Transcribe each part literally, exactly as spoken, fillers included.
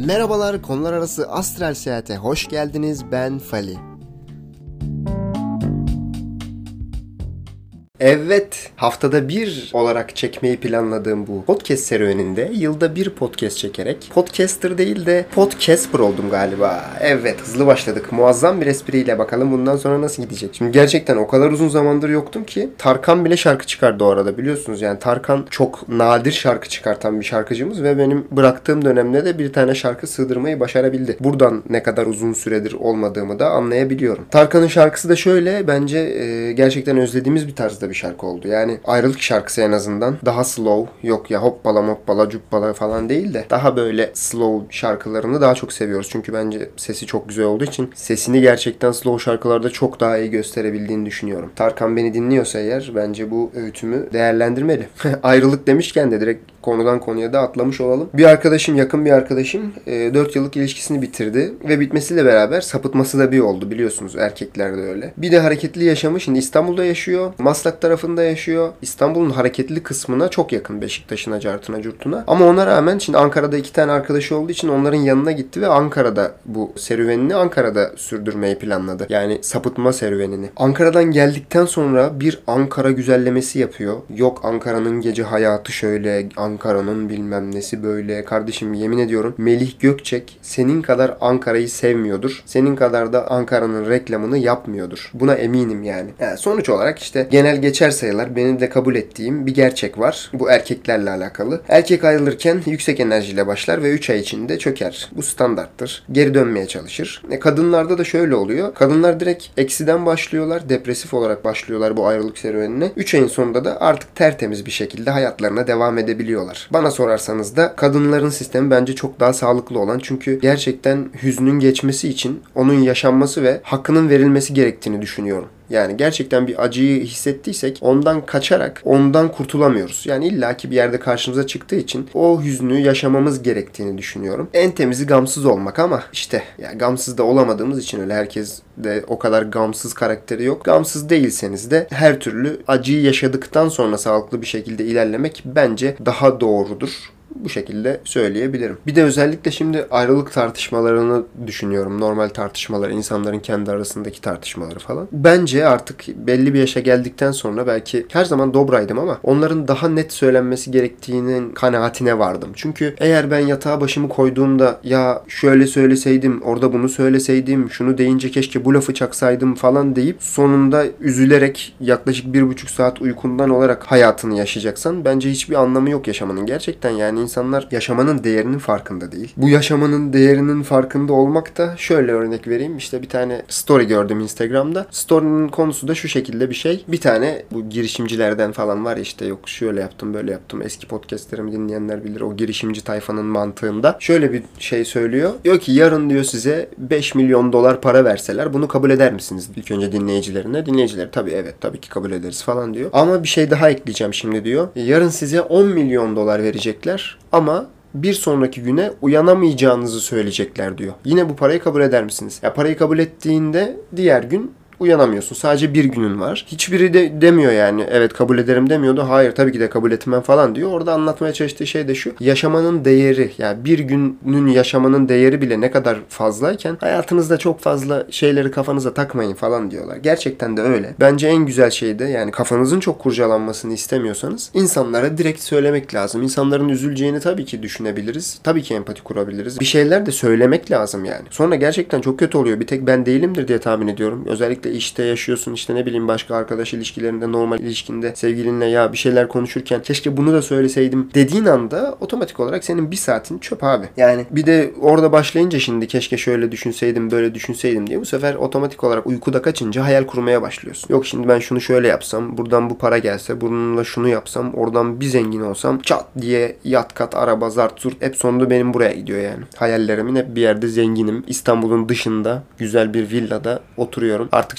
Merhabalar, konular arası astral seyahate hoş geldiniz. Ben Fali. Evet, haftada bir olarak çekmeyi planladığım bu podcast serüveninde yılda bir podcast çekerek podcaster değil de podcasper oldum galiba. Evet, hızlı başladık. Muazzam bir espriyle bakalım bundan sonra nasıl gidecek. Şimdi gerçekten o kadar uzun zamandır yoktum ki Tarkan bile şarkı çıkardı o arada, biliyorsunuz. Yani Tarkan çok nadir şarkı çıkartan bir şarkıcımız ve benim bıraktığım dönemde de bir tane şarkı sığdırmayı başarabildi. Buradan ne kadar uzun süredir olmadığımı da anlayabiliyorum. Tarkan'ın şarkısı da şöyle, bence e, gerçekten özlediğimiz bir tarzda bir şarkı oldu. Yani ayrılık şarkısı en azından. Daha slow, yok ya hoppala moppala cuppala falan değil de daha böyle slow şarkılarını daha çok seviyoruz. Çünkü bence sesi çok güzel olduğu için sesini gerçekten slow şarkılarda çok daha iyi gösterebildiğini düşünüyorum. Tarkan beni dinliyorsa eğer bence bu öğütümü değerlendirmeli. Ayrılık demişken de direkt konudan konuya da atlamış olalım. Bir arkadaşım, yakın bir arkadaşım dört yıllık ilişkisini bitirdi ve bitmesiyle beraber sapıtması da bir oldu, biliyorsunuz, erkeklerde öyle. Bir de hareketli yaşamı, şimdi İstanbul'da yaşıyor. Maslak tarafında yaşıyor. İstanbul'un hareketli kısmına çok yakın, Beşiktaş'ına, cartına, curtuna. Ama ona rağmen şimdi Ankara'da iki tane arkadaşı olduğu için onların yanına gitti ve Ankara'da bu serüvenini Ankara'da sürdürmeyi planladı. Yani sapıtma serüvenini. Ankara'dan geldikten sonra bir Ankara güzellemesi yapıyor. Yok Ankara'nın gece hayatı şöyle, Ankara'nın bilmem nesi böyle. Kardeşim yemin ediyorum Melih Gökçek senin kadar Ankara'yı sevmiyordur. Senin kadar da Ankara'nın reklamını yapmıyordur. Buna eminim yani. yani sonuç olarak işte genel geçer sayılar, benim de kabul ettiğim bir gerçek var. Bu erkeklerle alakalı. Erkek ayrılırken yüksek enerjiyle başlar ve üç ay içinde çöker. Bu standarttır. Geri dönmeye çalışır. E, kadınlarda da şöyle oluyor. Kadınlar direkt eksiden başlıyorlar. Depresif olarak başlıyorlar bu ayrılık serüvenine. üç ayın sonunda da artık tertemiz bir şekilde hayatlarına devam edebiliyorlar. Bana sorarsanız da kadınların sistemi bence çok daha sağlıklı olan, çünkü gerçekten hüznün geçmesi için onun yaşanması ve hakkının verilmesi gerektiğini düşünüyorum. Yani gerçekten bir acıyı hissettiysek ondan kaçarak ondan kurtulamıyoruz. Yani illaki bir yerde karşımıza çıktığı için o hüznü yaşamamız gerektiğini düşünüyorum. En temizi gamsız olmak ama işte ya gamsız da olamadığımız için öyle, herkes de o kadar gamsız karakteri yok. Gamsız değilseniz de her türlü acıyı yaşadıktan sonra sağlıklı bir şekilde ilerlemek bence daha doğrudur. Bu şekilde söyleyebilirim. Bir de özellikle şimdi ayrılık tartışmalarını düşünüyorum. Normal tartışmaları, insanların kendi arasındaki tartışmaları falan. Bence artık belli bir yaşa geldikten sonra, belki her zaman dobraydım ama onların daha net söylenmesi gerektiğinin kanaatine vardım. Çünkü eğer ben yatağa başımı koyduğumda ya şöyle söyleseydim, orada bunu söyleseydim, şunu deyince keşke bu lafı çaksaydım falan deyip sonunda üzülerek yaklaşık bir buçuk saat uykundan olarak hayatını yaşayacaksan bence hiçbir anlamı yok yaşamanın. Gerçekten yani İnsanlar yaşamanın değerinin farkında değil. Bu yaşamanın değerinin farkında olmak da, şöyle örnek vereyim. İşte bir tane story gördüm Instagram'da. Story'nin konusu da şu şekilde bir şey. Bir tane bu girişimcilerden falan var ya, işte yok şöyle yaptım böyle yaptım. Eski podcastlerimi dinleyenler bilir, o girişimci tayfanın mantığında. Şöyle bir şey söylüyor. Diyor ki yarın diyor size beş milyon dolar para verseler bunu kabul eder misiniz? İlk önce dinleyicilerine. Dinleyiciler tabii evet tabii ki kabul ederiz falan diyor. Ama bir şey daha ekleyeceğim şimdi diyor. Yarın size on milyon dolar verecekler. Ama bir sonraki güne uyanamayacağınızı söyleyecekler diyor. Yine bu parayı kabul eder misiniz? Ya parayı kabul ettiğinde diğer gün uyanamıyorsun. Sadece bir günün var. Hiçbiri de demiyor yani evet kabul ederim demiyordu. Hayır tabii ki de kabul etmem falan diyor. Orada anlatmaya çalıştığı şey de şu. Yaşamanın değeri, yani bir günün yaşamanın değeri bile ne kadar fazlayken hayatınızda çok fazla şeyleri kafanıza takmayın falan diyorlar. Gerçekten de öyle. Bence en güzel şey de, yani kafanızın çok kurcalanmasını istemiyorsanız insanlara direkt söylemek lazım. İnsanların üzüleceğini tabii ki düşünebiliriz. Tabii ki empati kurabiliriz. Bir şeyler de söylemek lazım yani. Sonra gerçekten çok kötü oluyor. Bir tek ben değilimdir diye tahmin ediyorum. Özellikle işte yaşıyorsun, işte ne bileyim başka arkadaş ilişkilerinde, normal ilişkinde sevgilinle ya bir şeyler konuşurken keşke bunu da söyleseydim dediğin anda otomatik olarak senin bir saatin çöp abi. Yani bir de orada başlayınca şimdi keşke şöyle düşünseydim böyle düşünseydim diye bu sefer otomatik olarak uykuda kaçınca hayal kurmaya başlıyorsun. Yok şimdi ben şunu şöyle yapsam, buradan bu para gelse, bununla şunu yapsam, oradan bir zengin olsam, çat diye yat kat araba zart zurt, hep sonunda benim buraya gidiyor yani. Hayallerimin hep bir yerde zenginim. İstanbul'un dışında güzel bir villada oturuyorum. Artık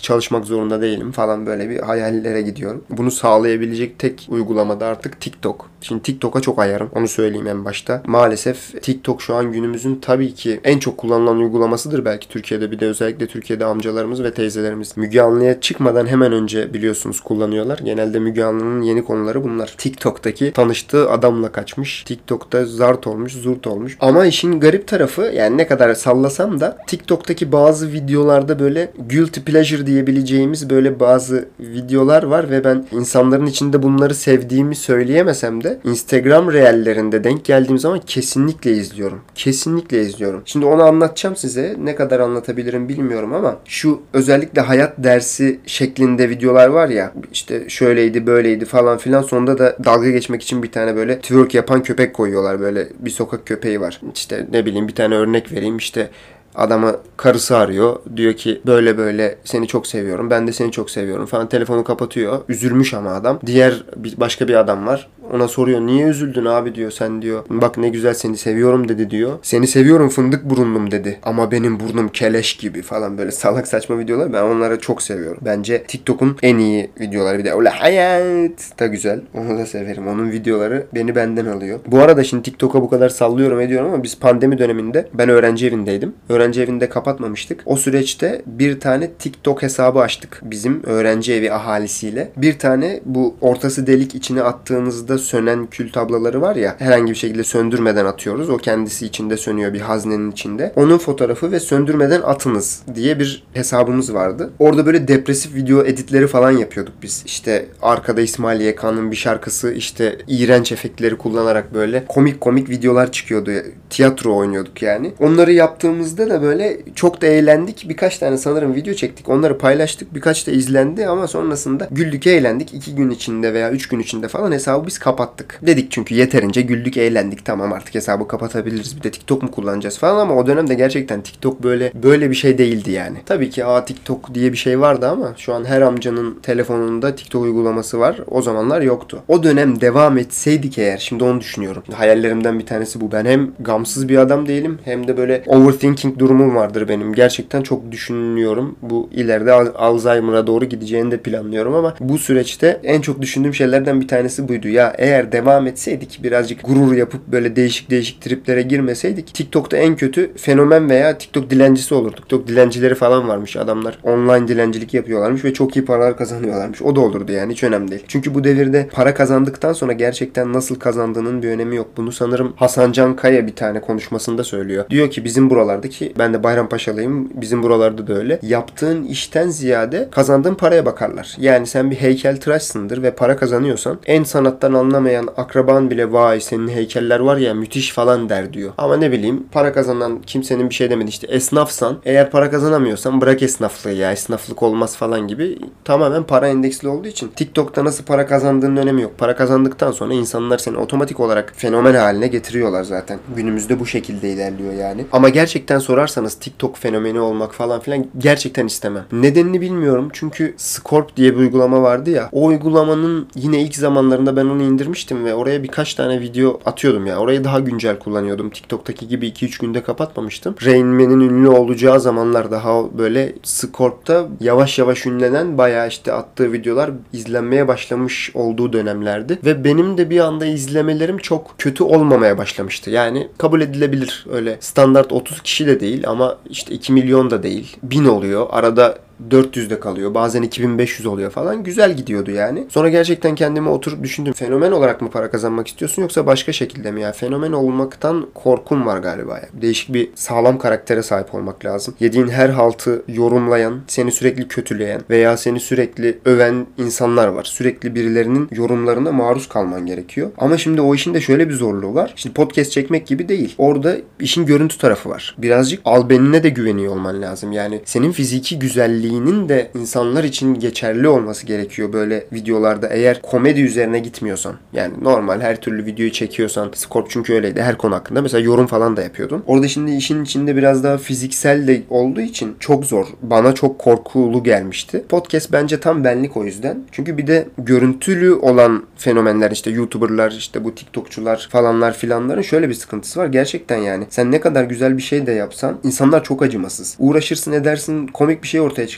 artık çalışmak zorunda değilim falan, böyle bir hayallere gidiyorum. Bunu sağlayabilecek tek uygulamada artık TikTok. Şimdi TikTok'a çok ayarım. Onu söyleyeyim en başta. Maalesef TikTok şu an günümüzün tabii ki en çok kullanılan uygulamasıdır belki Türkiye'de. Bir de özellikle Türkiye'de amcalarımız ve teyzelerimiz Müge Anlı'ya çıkmadan hemen önce biliyorsunuz kullanıyorlar. Genelde Müge Anlı'nın yeni konuları bunlar. TikTok'taki tanıştığı adamla kaçmış. TikTok'ta zart olmuş, zurt olmuş. Ama işin garip tarafı, yani ne kadar sallasam da TikTok'taki bazı videolarda böyle guilty pleasure diyebileceğimiz böyle bazı videolar var ve ben insanların içinde bunları sevdiğimi söyleyemesem de Instagram reellerinde denk geldiğim zaman kesinlikle izliyorum. Kesinlikle izliyorum. Şimdi onu anlatacağım size. Ne kadar anlatabilirim bilmiyorum ama şu özellikle hayat dersi şeklinde videolar var ya, işte şöyleydi böyleydi falan filan, sonunda da dalga geçmek için bir tane böyle twerk yapan köpek koyuyorlar, böyle bir sokak köpeği var. İşte ne bileyim, bir tane örnek vereyim, işte adama karısı arıyor. Diyor ki böyle böyle seni çok seviyorum. Ben de seni çok seviyorum falan. Telefonu kapatıyor. Üzülmüş ama adam. Diğer bir, başka bir adam var. Ona soruyor. Niye üzüldün abi diyor. Sen diyor. Bak ne güzel seni seviyorum dedi diyor. Seni seviyorum fındık burunlum dedi. Ama benim burnum keleş gibi falan, böyle salak saçma videolar. Ben onları çok seviyorum. Bence TikTok'un en iyi videoları. Bir de öyle hayat da güzel. Onu da severim. Onun videoları beni benden alıyor. Bu arada şimdi TikTok'a bu kadar sallıyorum ediyorum ama biz pandemi döneminde ben öğrenci evindeydim. Öğrenci evinde kapatmamıştık. O süreçte bir tane TikTok hesabı açtık. Bizim öğrenci evi ahalisiyle. Bir tane bu ortası delik, içine attığınızda sönen kül tablaları var ya, herhangi bir şekilde söndürmeden atıyoruz. O kendisi içinde sönüyor bir haznenin içinde. Onun fotoğrafı ve söndürmeden atınız diye bir hesabımız vardı. Orada böyle depresif video editleri falan yapıyorduk biz. İşte arkada İsmail Y K'nın bir şarkısı, işte iğrenç efektleri kullanarak böyle komik komik videolar çıkıyordu. Tiyatro oynuyorduk yani. Onları yaptığımızda da böyle çok da eğlendik. Birkaç tane sanırım video çektik. Onları paylaştık. Birkaç da izlendi ama sonrasında güldük, eğlendik. iki gün içinde veya üç gün içinde falan hesabı biz kapattık. Dedik çünkü yeterince güldük, eğlendik. Tamam, artık hesabı kapatabiliriz. Bir de TikTok mu kullanacağız falan, ama o dönemde gerçekten TikTok böyle böyle bir şey değildi yani. Tabii ki aa TikTok diye bir şey vardı ama şu an her amcanın telefonunda TikTok uygulaması var. O zamanlar yoktu. O dönem devam etseydik eğer, şimdi onu düşünüyorum. Hayallerimden bir tanesi bu. Ben hem gamsız bir adam değilim hem de böyle overthinking durumum vardır benim. Gerçekten çok düşünüyorum. Bu ileride Alzheimer'a doğru gideceğini de planlıyorum ama bu süreçte en çok düşündüğüm şeylerden bir tanesi buydu. Ya eğer devam etseydik, birazcık gurur yapıp böyle değişik değişik triplere girmeseydik, TikTok'ta en kötü fenomen veya TikTok dilencisi olurduk. TikTok dilencileri falan varmış, adamlar online dilencilik yapıyorlarmış ve çok iyi paralar kazanıyorlarmış. O da olurdu yani, hiç önemli değil. Çünkü bu devirde para kazandıktan sonra gerçekten nasıl kazandığının bir önemi yok. Bunu sanırım Hasan Can Kaya bir tane konuşmasında söylüyor. Diyor ki bizim buralardaki, ben de Bayrampaşalıyım, bizim buralarda da öyle, yaptığın işten ziyade kazandığın paraya bakarlar. Yani sen bir heykeltıraşsındır ve para kazanıyorsan en sanattan anlamayan akraban bile vay senin heykeller var ya müthiş falan der diyor. Ama ne bileyim, para kazanan kimsenin bir şey demedi. İşte esnafsan, eğer para kazanamıyorsan bırak esnaflığı, ya esnaflık olmaz falan gibi, tamamen para endeksli olduğu için TikTok'ta nasıl para kazandığının önemi yok. Para kazandıktan sonra insanlar seni otomatik olarak fenomen haline getiriyorlar zaten. Günümüzde bu şekilde ilerliyor yani. Ama gerçekten sorarsanız TikTok fenomeni olmak falan filan gerçekten istemem. Nedenini bilmiyorum. Çünkü Scorp diye bir uygulama vardı ya. O uygulamanın yine ilk zamanlarında ben onu indirmiştim ve oraya birkaç tane video atıyordum ya. Orayı daha güncel kullanıyordum. TikTok'taki gibi iki üç günde kapatmamıştım. Rain Man'in ünlü olacağı zamanlar daha böyle Scorp'ta yavaş yavaş ünlenen, bayağı işte attığı videolar izlenmeye başlamış olduğu dönemlerdi. Ve benim de bir anda izlemelerim çok kötü olmamaya başlamıştı. Yani kabul edilebilir. Öyle standart otuz kişi de değil ama işte iki milyon da değil. bin oluyor. Arada dört yüzde kalıyor. Bazen iki bin beş yüz oluyor falan. Güzel gidiyordu yani. Sonra gerçekten kendime oturup düşündüm. Fenomen olarak mı para kazanmak istiyorsun yoksa başka şekilde mi ya? Fenomen olmaktan korkum var galiba ya. Değişik bir sağlam karaktere sahip olmak lazım. Yediğin her haltı yorumlayan, seni sürekli kötüleyen veya seni sürekli öven insanlar var. Sürekli birilerinin yorumlarına maruz kalman gerekiyor. Ama şimdi o işin de şöyle bir zorluğu var. Şimdi podcast çekmek gibi değil. Orada işin görüntü tarafı var. Birazcık albenine de güveniyor olman lazım. Yani senin fiziki güzelliğin de insanlar için geçerli olması gerekiyor böyle videolarda, eğer komedi üzerine gitmiyorsan. Yani normal her türlü videoyu çekiyorsan, Scorp çünkü öyleydi, her konu hakkında mesela yorum falan da yapıyordun. Orada şimdi işin içinde biraz daha fiziksel de olduğu için çok zor. Bana çok korkulu gelmişti. Podcast bence tam benlik o yüzden. Çünkü bir de görüntülü olan fenomenler, işte YouTuber'lar, işte bu TikTokçular falanlar filanların şöyle bir sıkıntısı var. Gerçekten yani sen ne kadar güzel bir şey de yapsan insanlar çok acımasız. Uğraşırsın edersin, komik bir şey ortaya çıkar.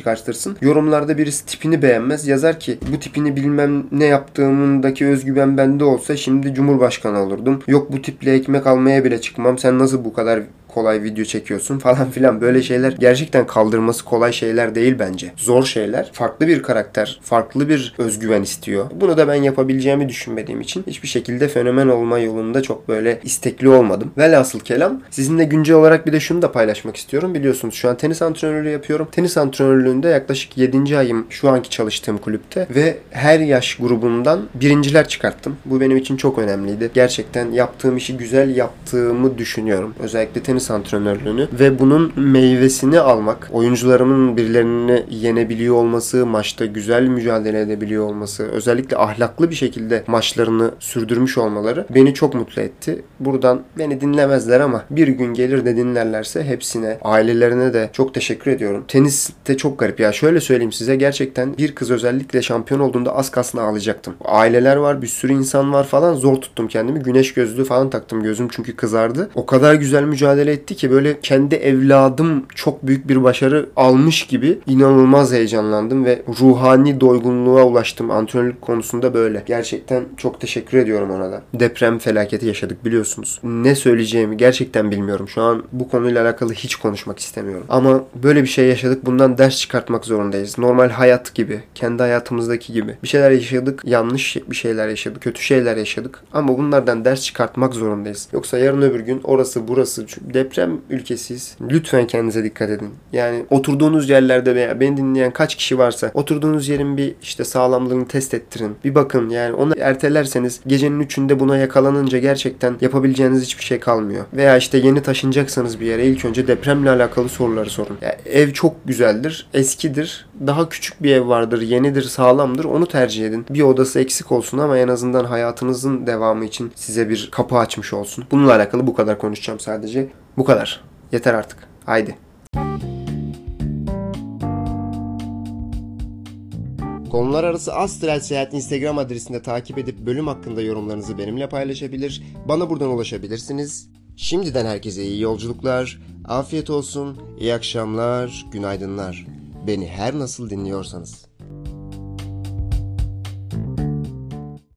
çıkartırsın. Yorumlarda birisi tipini beğenmez. Yazar ki bu tipini bilmem ne yaptığımındaki özgüven bende olsa şimdi Cumhurbaşkanı olurdum. Yok bu tiple ekmek almaya bile çıkmam. Sen nasıl bu kadar kolay video çekiyorsun falan filan, böyle şeyler gerçekten kaldırması kolay şeyler değil bence. Zor şeyler. Farklı bir karakter, farklı bir özgüven istiyor. Bunu da ben yapabileceğimi düşünmediğim için hiçbir şekilde fenomen olma yolunda çok böyle istekli olmadım. Velhasıl kelam, sizinle güncel olarak bir de şunu da paylaşmak istiyorum. Biliyorsunuz şu an tenis antrenörlüğü yapıyorum. Tenis antrenörlüğünde yaklaşık yedinci ayım şu anki çalıştığım kulüpte ve her yaş grubundan birinciler çıkarttım. Bu benim için çok önemliydi. Gerçekten yaptığım işi güzel yaptığımı düşünüyorum. Özellikle tenis antrenörlüğünü ve bunun meyvesini almak, oyuncularımın birilerini yenebiliyor olması, maçta güzel mücadele edebiliyor olması, özellikle ahlaklı bir şekilde maçlarını sürdürmüş olmaları beni çok mutlu etti. Buradan beni dinlemezler ama bir gün gelir de dinlerlerse hepsine, ailelerine de çok teşekkür ediyorum. Tenis de çok garip ya. Şöyle söyleyeyim size, gerçekten bir kız özellikle şampiyon olduğunda az kalsın ağlayacaktım. Aileler var, bir sürü insan var falan, zor tuttum kendimi. Güneş gözlüğü falan taktım, gözüm çünkü kızardı. O kadar güzel mücadele etti ki böyle kendi evladım çok büyük bir başarı almış gibi inanılmaz heyecanlandım ve ruhani doygunluğa ulaştım. Antrenörlük konusunda böyle. Gerçekten çok teşekkür ediyorum ona da. Deprem felaketi yaşadık biliyorsunuz. Ne söyleyeceğimi gerçekten bilmiyorum. Şu an bu konuyla alakalı hiç konuşmak istemiyorum. Ama böyle bir şey yaşadık. Bundan ders çıkartmak zorundayız. Normal hayat gibi. Kendi hayatımızdaki gibi. Bir şeyler yaşadık. Yanlış bir şeyler yaşadık. Kötü şeyler yaşadık. Ama bunlardan ders çıkartmak zorundayız. Yoksa yarın öbür gün orası burası deprem ülkesiyiz. Lütfen kendinize dikkat edin. Yani oturduğunuz yerlerde veya beni dinleyen kaç kişi varsa oturduğunuz yerin bir işte sağlamlığını test ettirin. Bir bakın, yani onu ertelerseniz gecenin üçünde buna yakalanınca gerçekten yapabileceğiniz hiçbir şey kalmıyor. Veya işte yeni taşınacaksanız bir yere ilk önce depremle alakalı soruları sorun. Yani ev çok güzeldir, eskidir, daha küçük bir ev vardır, yenidir, sağlamdır, onu tercih edin. Bir odası eksik olsun ama en azından hayatınızın devamı için size bir kapı açmış olsun. Bununla alakalı bu kadar konuşacağım sadece. Bu kadar. Yeter artık. Haydi. Konular arası Astral Seyahat Instagram adresinde takip edip bölüm hakkında yorumlarınızı benimle paylaşabilir, bana buradan ulaşabilirsiniz. Şimdiden herkese iyi yolculuklar, afiyet olsun, iyi akşamlar, günaydınlar. Beni her nasıl dinliyorsanız.